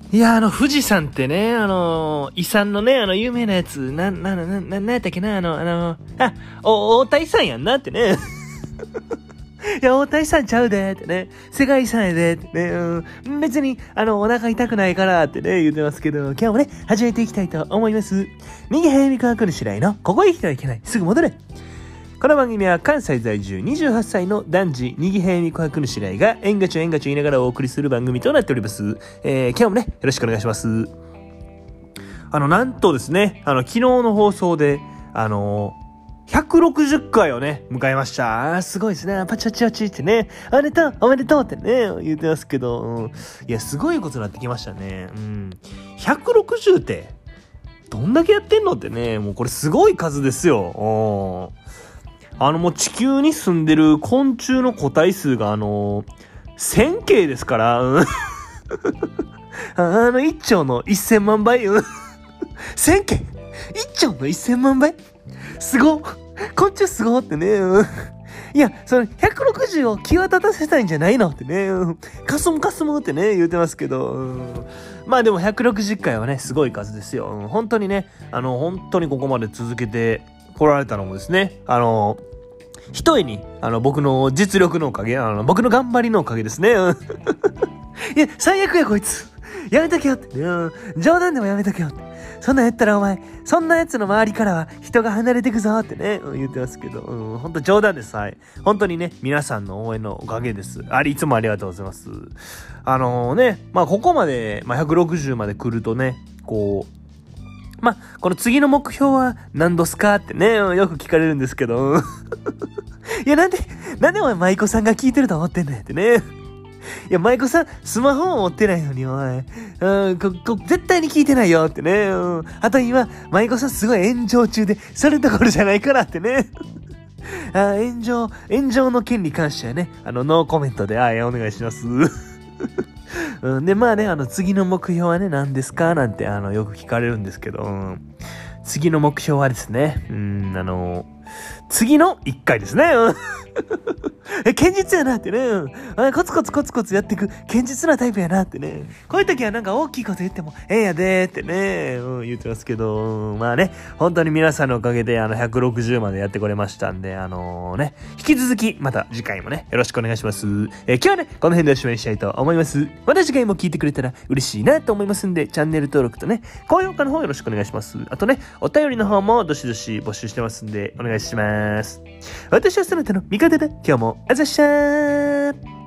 いや、富士山ってね、遺産のね、有名なやつ、なんやったっけな、大谷山やんなってね。いや、大谷山ちゃうで、ってね。世界遺産やで、ってね。別に、お腹痛くないから、ってね、言ってますけど、今日もね、始めていきたいと思います。右早見川くるしらいの、ここへ来てはいけない。すぐ戻れ。この番組は関西在住28歳の男児、にぎへいみこはくぬしらいがえんがちょ言いながらお送りする番組となっております。今日もね、よろしくお願いします。なんとですね、昨日の放送で、160回をね、迎えました。すごいですね。パチパチパチってね、おめでとうってね、言ってますけど、いや、すごいことになってきましたね。160って、どんだけやってんのってね、もうこれすごい数ですよ。もう地球に住んでる昆虫の個体数が1000系ですから、1兆の1000万倍、1000系 !1 兆の1000万倍すご昆虫すごってね、いや、その160を際立たせたいんじゃないのってね、かすむってね、言うてますけど、まあでも160回はね、すごい数ですよ。本当にね、本当にここまで続けて来られたのもですね、ひとえに、僕の実力のおかげ、僕の頑張りのおかげですね。いや、最悪やこいつ。やめとけよって。冗談でもやめとけよって。そんなんやったらお前、そんな奴の周りからは人が離れてくぞってね、言ってますけど、ほんと冗談です。はい。本当にね、皆さんの応援のおかげです。いつもありがとうございます。まあ、ここまで、160まで来るとね、この次の目標は何度すかってね、よく聞かれるんですけど。いや、なんでお前舞妓さんが聞いてると思ってんだよってね。いや、舞妓さん、スマホを持ってないのに、お前。絶対に聞いてないよってね。あと今、舞妓さんすごい炎上中で、それどころじゃないからってね。炎上の件に関してはね、ノーコメントで、お願いします。で、まあね、次の目標はね、何ですかなんて、よく聞かれるんですけど、次の目標はですね、次の1回ですね。堅実やなってね。コツコツやっていく堅実なタイプやなってね。こういう時はなんか大きいこと言ってもやでーってね、言ってますけど、まあね、本当に皆さんのおかげで160までやってこれましたんで、引き続きまた次回もね、よろしくお願いします。今日はね、この辺でおしまいにしたいと思います。また次回も聞いてくれたら嬉しいなと思いますんで、チャンネル登録とね、高評価の方よろしくお願いします。あとね、お便りの方もどしどし募集してますんで、お願いします。私はそなたの味方だ。今日もあざっしゃー。